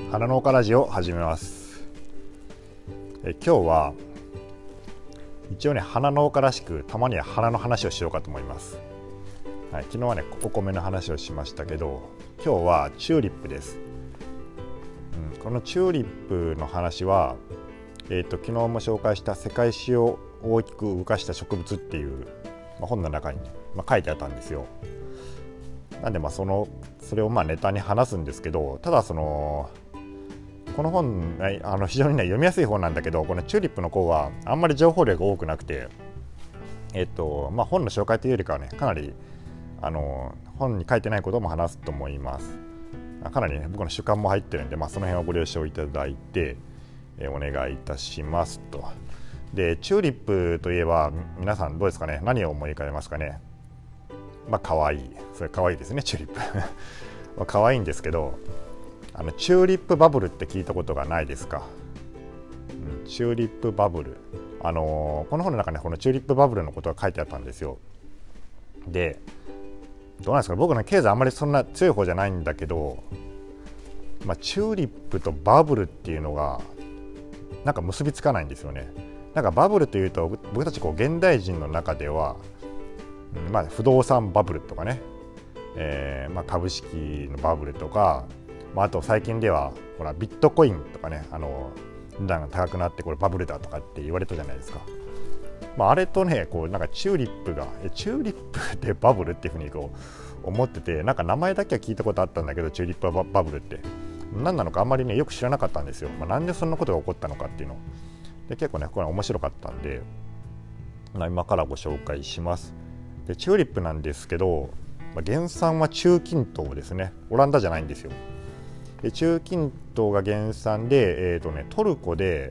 花農家ラジオを始めます。今日は一応ね、花農家らしくたまには花の話をしようかと思います。昨日はねお米の話をしましたけど、今日はチューリップです。このチューリップの話は、昨日も紹介した世界史を大きく動かした植物っていう、本の中に、書いてあったんですよ。なんでそれをネタに話すんですけど、ただこの本非常に読みやすい本なんだけど、このチューリップの方はあんまり情報量が多くなくて、本の紹介というよりかはね、かなり本に書いてないことも話すと思います。かなりね僕の主観も入ってるんで、その辺をご了承いただいて、お願いいたしますと。でチューリップといえば皆さんどうですかね、何を思い浮かべますかね。可愛い、それ可愛いですね、チューリップ可愛いんですけど、チューリップバブルって聞いたことがないですか。チューリップバブル、この本の中にこのチューリップバブルのことが書いてあったんですよ。でどうなんですか、僕の経済あんまりそんな強い方じゃないんだけど、チューリップとバブルっていうのがなんか結びつかないんですよね。なんかバブルというと僕たち現代人の中では、不動産バブルとかね、株式のバブルとか、あと最近ではビットコインとかね、値段が高くなってこれバブルだとかって言われたじゃないですか。あれとねなんかチューリップがチューリップでバブルっていうふうに思ってて、なんか名前だけは聞いたことあったんだけど、チューリップバブルって何なのかあんまりねよく知らなかったんですよ。なんでそんなことが起こったのかっていうので、結構ねこれ面白かったんで、今からご紹介します。でチューリップなんですけど、原産は中近東ですね。オランダじゃないんですよ。で中近東が原産で、トルコで、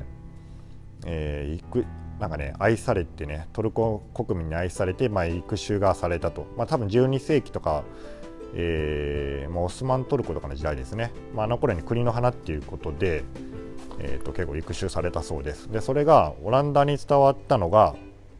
愛されてね、トルコ国民に愛されて、育種がされたと。多分12世紀とか、オスマントルコとかの時代ですね。あの頃に国の花っていうことで、結構育種されたそうです。でそれがオランダに伝わったのが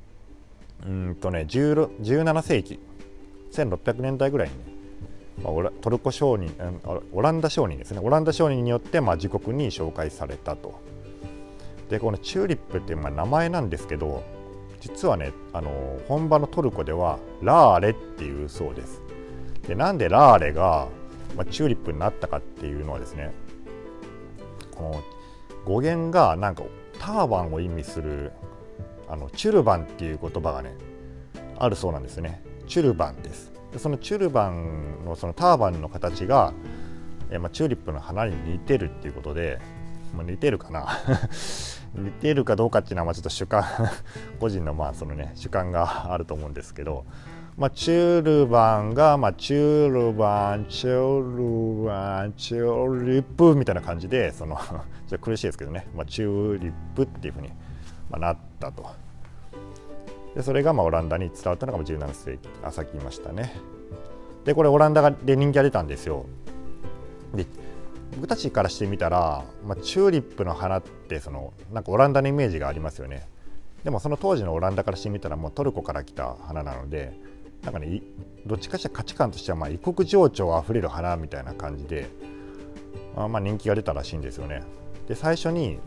17世紀1600年代ぐらいにね、トルコ商人、オランダ商人ですね、オランダ商人によって自国に紹介されたと。でこのチューリップっていう名前なんですけど、実はね本場のトルコではラーレっていうそうです。でなんでラーレが、チューリップになったかっていうのはですね、この語源がなんかターバンを意味するチュルバンっていう言葉がねあるそうなんですね。チュルバンです。でそのチュルバンのそのターバンの形が、チューリップの花に似てるっていうことで、似てるかな似てるかどうかっていうのはちょっと主観個人の主観があると思うんですけど、チュルバンが、チュルバンチュルバンチューリップみたいな感じでちょっと苦しいですけどね、チューリップっていうふうに、なったと。でそれがオランダに伝わったのが17世紀、さっき言いましたね。でこれオランダで人気が出たんですよ。で僕たちからしてみたら、チューリップの花ってなんかオランダのイメージがありますよね。でもその当時のオランダからしてみたらもうトルコから来た花なので、なんかねどっちかしら価値観としては異国情緒あふれる花みたいな感じで、人気が出たらしいんですよね。で最初に、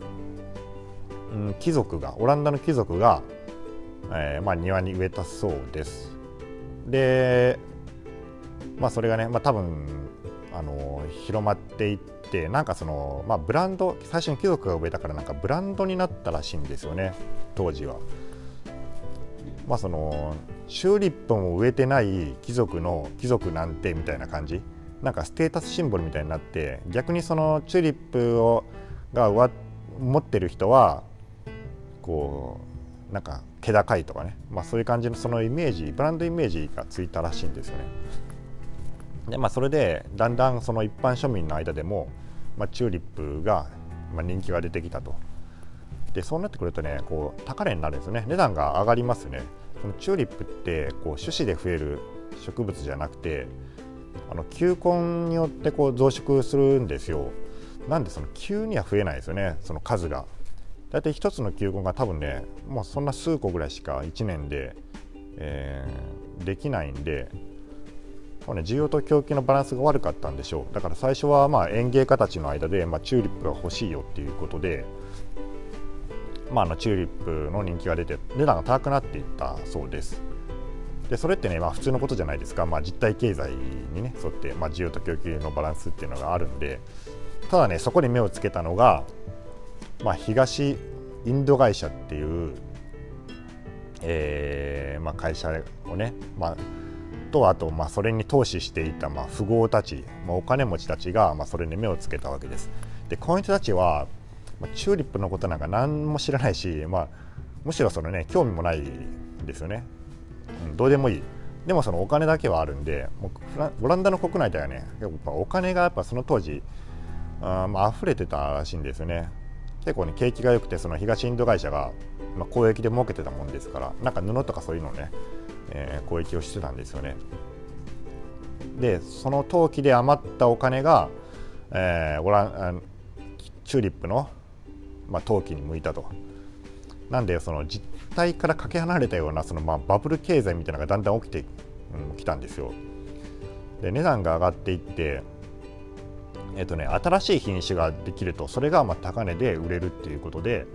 オランダの貴族が、庭に植えたそうです。でそれがね、多分広まっていって、なんかブランド、最初に貴族が植えたからなんかブランドになったらしいんですよね、当時は。チューリップも植えてない貴族なんてみたいな感じ、なんかステータスシンボルみたいになって、逆にチューリップが持ってる人はなんか気高いとかね、そういう感じのそのイメージ、ブランドイメージがついたらしいんですよね。でそれでだんだんその一般庶民の間でも、チューリップが、人気が出てきたと。でそうなってくるとね高値になるんですよね。値段が上がりますね。そのチューリップって種子で増える植物じゃなくて、球根によって増殖するんですよ。なんで急には増えないですよね、その数が。だいたい一つの球根が多分ねもうそんな数個ぐらいしか1年で、できないんで、 需要と供給のバランスが悪かったんでしょう。だから最初は園芸家たちの間で、チューリップが欲しいよっていうことで、チューリップの人気が出て値段が高くなっていったそうです。でそれってね、普通のことじゃないですか。実体経済にね沿って、需要と供給のバランスっていうのがあるんで、ただねそこに目をつけたのが、東インド会社っていう、会社をね、とあとそれに投資していた富豪たち、お金持ちたちがそれに目をつけたわけです。でこの人たちはチューリップのことなんか何も知らないし、むしろそのね興味もないんですよね。どうでもいい。でもそのお金だけはあるんで、もうオランダの国内ではねやっぱお金がやっぱその当時溢れてたらしいんですよね。結構ね景気が良くて、その東インド会社が交易で儲けてたもんですから、なんか布とかそういうのをね、交易をしてたんですよね。でその投機で余ったお金が、チューリップの、投機に向いたと。なんでその実態からかけ離れたようなそのバブル経済みたいなのがだんだん起きてきたんですよ。で値段が上がっていって、新しい品種ができると、それが高値で売れるっていうことで、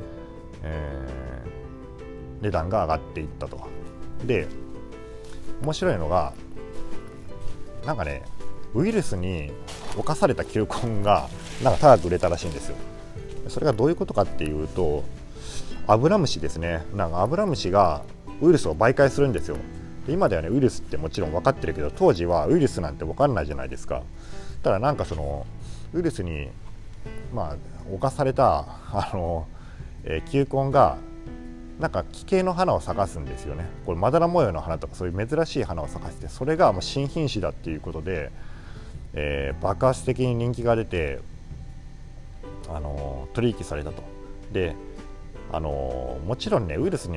値段が上がっていったと。で面白いのがなんかね、ウイルスに侵された球根がなんか高く売れたらしいんですよ。それがどういうことかっていうと、アブラムシですね。なんかアブラムシがウイルスを媒介するんですよ。で今ではねウイルスってもちろん分かってるけど、当時はウイルスなんて分かんないじゃないですか。ただなんかそのウイルスに侵された球根がなんか奇形の花を咲かすんですよね。これまだら模様の花とかそういう珍しい花を咲かせて、それが新品種だっていうことで、爆発的に人気が出て取引されたと。でもちろんねウイルスに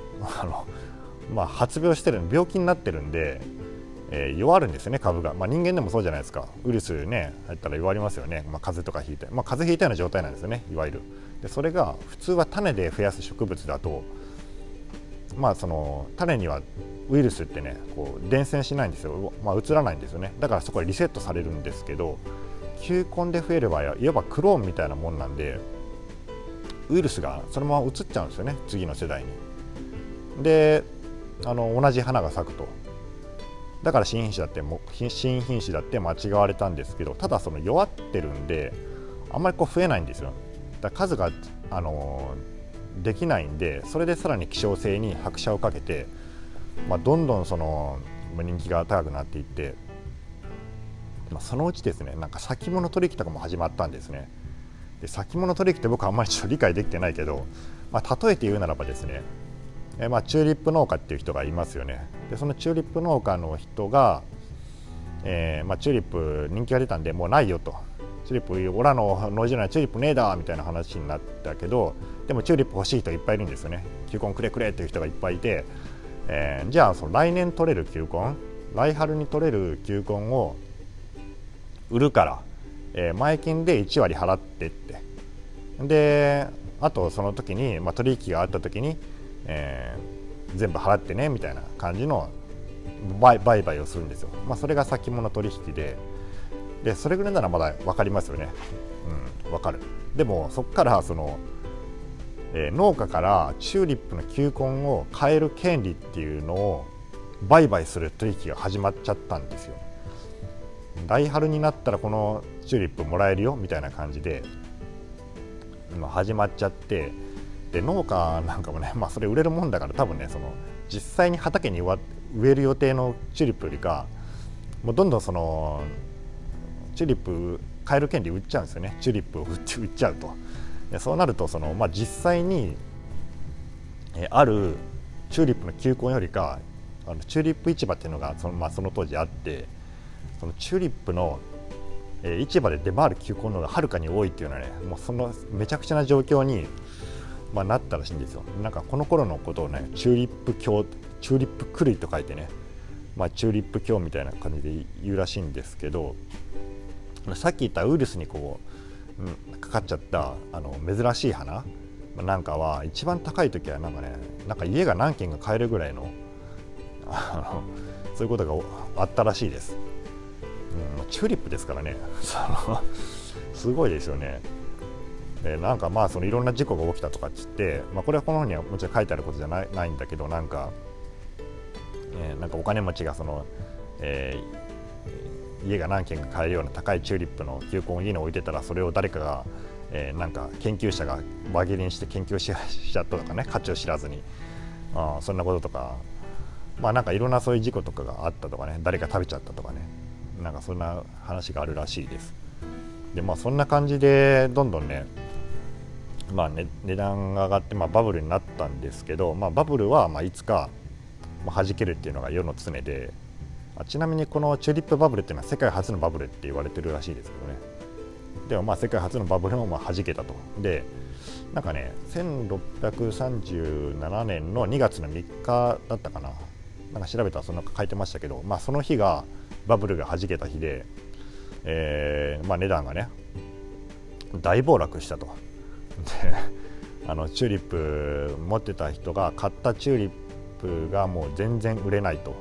発病してる病気になってるんで、弱るんですよね株が。人間でもそうじゃないですか。ウイルスね入ったら弱りますよね。風邪とかひいて、風邪ひいたような状態なんですよね、いわゆる。でそれが普通は種で増やす植物だと、その種にはウイルスってねこう伝染しないんですよ。移らないんですよね。だからそこでリセットされるんですけど、球根で増える場合はいわばクローンみたいなもんなんで、ウイルスがそのまま移っちゃうんですよね、次の世代に。で同じ花が咲くと。だから新品種だって間違われたんですけど、ただその弱ってるんであんまりこう増えないんですよ。だから数ができないんで、それでさらに希少性に拍車をかけて、どんどんその人気が高くなっていって、そのうちですね、なんか先物取引とかも始まったんですね。で先物取引って僕はあんまりちょっと理解できてないけど、例えて言うならばですね、チューリップ農家っていう人がいますよね。でそのチューリップ農家の人が、チューリップ人気が出たんでもうないよと。チューリップオラの農場にはチューリップねえだみたいな話になったけど、でもチューリップ欲しい人いっぱいいるんですよね。球根くれくれっていう人がいっぱいいて、じゃあその来年取れる球根、来春に取れる球根を売るから、前金で1割払ってって、であとその時に、取引があった時に、全部払ってねみたいな感じの売買をするんですよ。それが先物取引でそれぐらいならまだ分かりますよね。分かる。でもそこからその、農家からチューリップの球根を買える権利っていうのを売買する取引が始まっちゃったんですよ。来春になったらこのチューリップもらえるよみたいな感じで今始まっちゃって、で農家なんかもね、それ売れるもんだから多分ね、その実際に畑に植える予定のチューリップよりかもうどんどんそのチューリップ買える権利売っちゃうんですよね。チューリップを売っちゃうと。でそうなるとその、実際にあるチューリップの球根よりかチューリップ市場っていうのがその当時あって、そのチューリップの市場で出回る球根の方がはるかに多いっていうのはね、もうそのめちゃくちゃな状況に、なったらしいんですよ。なんかこの頃のことをねチューリップ狂いと書いてね、チューリップ狂みたいな感じで言うらしいんですけど、さっき言ったウイルスにこう、かかっちゃった珍しい花なんかは一番高い時はなんか家が何軒か買えるぐらいのそういうことがあったらしいです。 チューリップですからねすごいですよね。なんかそのいろんな事故が起きたとかっつって、これはこの本にはもちろん書いてあることじゃないんだけど、なんかお金持ちがその、家が何軒か買えるような高いチューリップの球根を家に置いてたら、それを誰かが、なんか研究者が輪切りにして研究しちゃったとかね、価値を知らずに、そんなこととか、なんかいろんなそういう事故とかがあったとかね、誰か食べちゃったとかね、なんかそんな話があるらしいです。でそんな感じでどんどんね、値段が上がってバブルになったんですけど、バブルはいつか弾けるっていうのが世の常で、ちなみにこのチューリップバブルっていうのは世界初のバブルって言われてるらしいですけどね。でも世界初のバブルも弾けたと。でなんかね、1637年の2月の3日だったかな、なんか調べたらそんな書いてましたけど、その日がバブルが弾けた日で、値段がね大暴落したと。でチューリップ持ってた人が買ったチューリップがもう全然売れないと。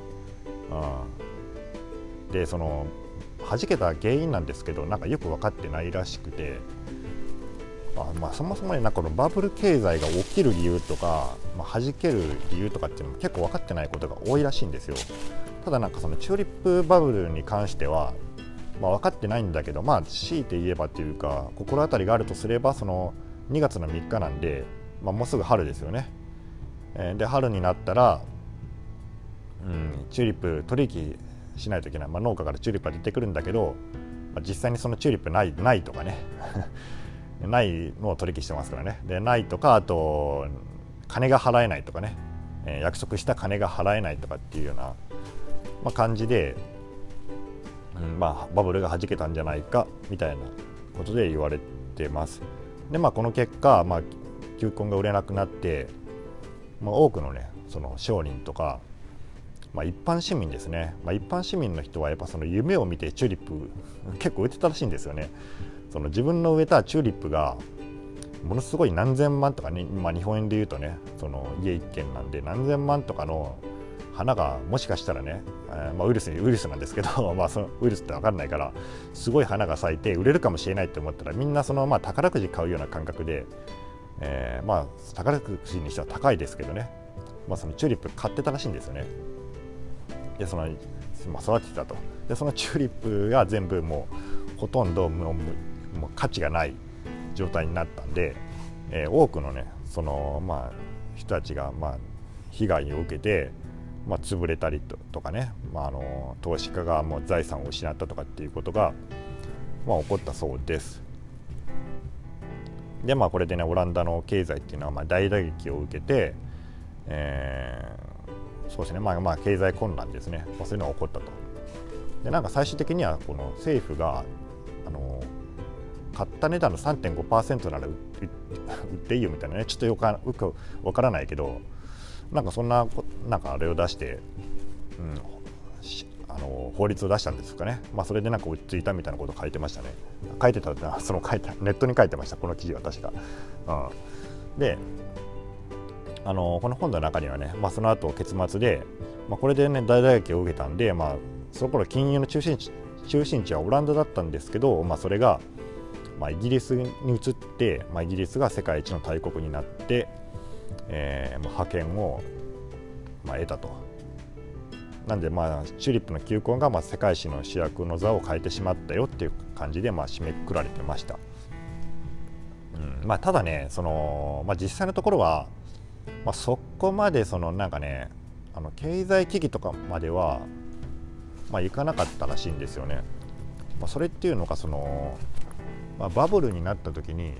でその弾けた原因なんですけど、なんかよく分かってないらしくて、そもそもね、このバブル経済が起きる理由とか、弾ける理由とかっていうのも結構分かってないことが多いらしいんですよ。ただなんかそのチューリップバブルに関しては、分かってないんだけど、強いて言えばっていうか心当たりがあるとすれば、その2月の3日なんで、もうすぐ春ですよね。で春になったら、チューリップ取引しないといけない、農家からチューリップが出てくるんだけど、実際にそのチューリップないとかねないのを取引してますからね。でないとか、あと金が払えないとかね、約束した金が払えないとかっていうような、感じで、バブルが弾けたんじゃないかみたいなことで言われてます。でこの結果、球根が売れなくなって、多くのねその商人とか、一般市民ですね、一般市民の人はやっぱその夢を見てチューリップ結構植えてたらしいんですよね。その自分の植えたチューリップがものすごい何千万とかね、日本円でいうとね、その家一軒なんで何千万とかの花がもしかしたらね、ウイルスなんですけどそのウイルスって分かんないからすごい花が咲いて売れるかもしれないって思ったら、みんなその宝くじ買うような感覚で、宝くじにしては高いですけどね、そのチューリップ買ってたらしいんですよね。でその育ててたと。でそのチューリップが全部もうほとんどもう価値がない状態になったんで、多くのねその人たちが被害を受けて、潰れたりとかね、投資家がもう財産を失ったとかっていうことが、起こったそうです。でこれでねオランダの経済っていうのは大打撃を受けて、そうですね、経済混乱ですね、そういうのが起こったと。でなんか最終的にはこの政府が買った値段の 3.5% なら売っていいよみたいなね、ちょっとよくわからないけど、なんかそんなあれを出して、法律を出したんですかね。それでなんか落ち着いたみたいなことを書いてましたね。書いてたネットに書いてました、この記事は確か。でこの本の中にはね、その後結末で、これでね大打撃を受けたんで、その頃金融の中心地はオランダだったんですけど、それが、イギリスに移って、イギリスが世界一の大国になって、覇権を、得たと。なんでチューリップの球根が世界史の主役の座を変えてしまったよっていう感じで締めくくられてました。ただねその、実際のところは、そこまでそのなんかね経済危機とかまでは、いかなかったらしいんですよね。それっていうのがその、バブルになった時に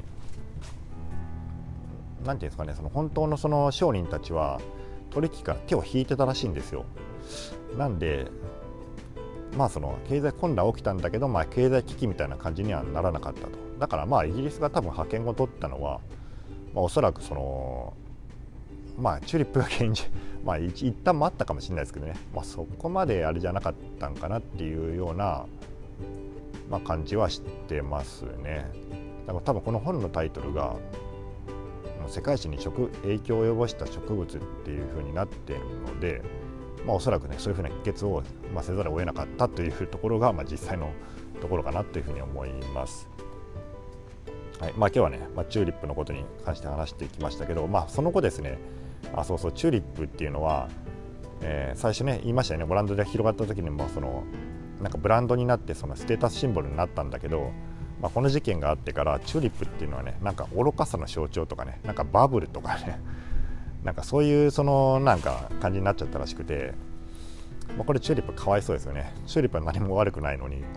なんていうんですかね、その本当のその商人たちは取引から手を引いてたらしいんですよ。なんでその経済混乱起きたんだけど、経済危機みたいな感じにはならなかったと。だからイギリスが多分覇権を取ったのは、おそらくそのチューリップが原因一旦もあったかもしれないですけどね、そこまであれじゃなかったんかなっていうような、感じはしてますね。だから多分この本のタイトルが世界史に影響を及ぼした植物っていう風になっているので、おそらくねそういう風な議決をせざるを得なかったというところが、実際のところかなというふうに思います。はい、今日はね、チューリップのことに関して話してきましたけど、その後ですね、そうそう、チューリップっていうのは、最初ね言いましたよね、ブランドで広がった時にもなんかブランドになってそのステータスシンボルになったんだけど、この事件があってからチューリップっていうのはね、なんか愚かさの象徴とかね、なんかバブルとかね、なんかそういうなんか感じになっちゃったらしくて、これチューリップかわいそうですよね。チューリップは何も悪くないのに、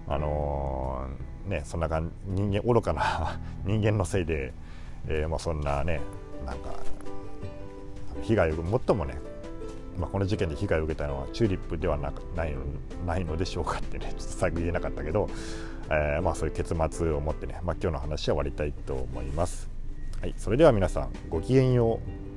そんな愚かな人間のせいで、そんなね、なんか被害を最もね、この事件で被害を受けたのはチューリップではないのでしょうかってね、ちょっと最後言えなかったけど、そういう結末を持ってね、今日の話は終わりたいと思います。はい、それでは皆さんごきげんよう。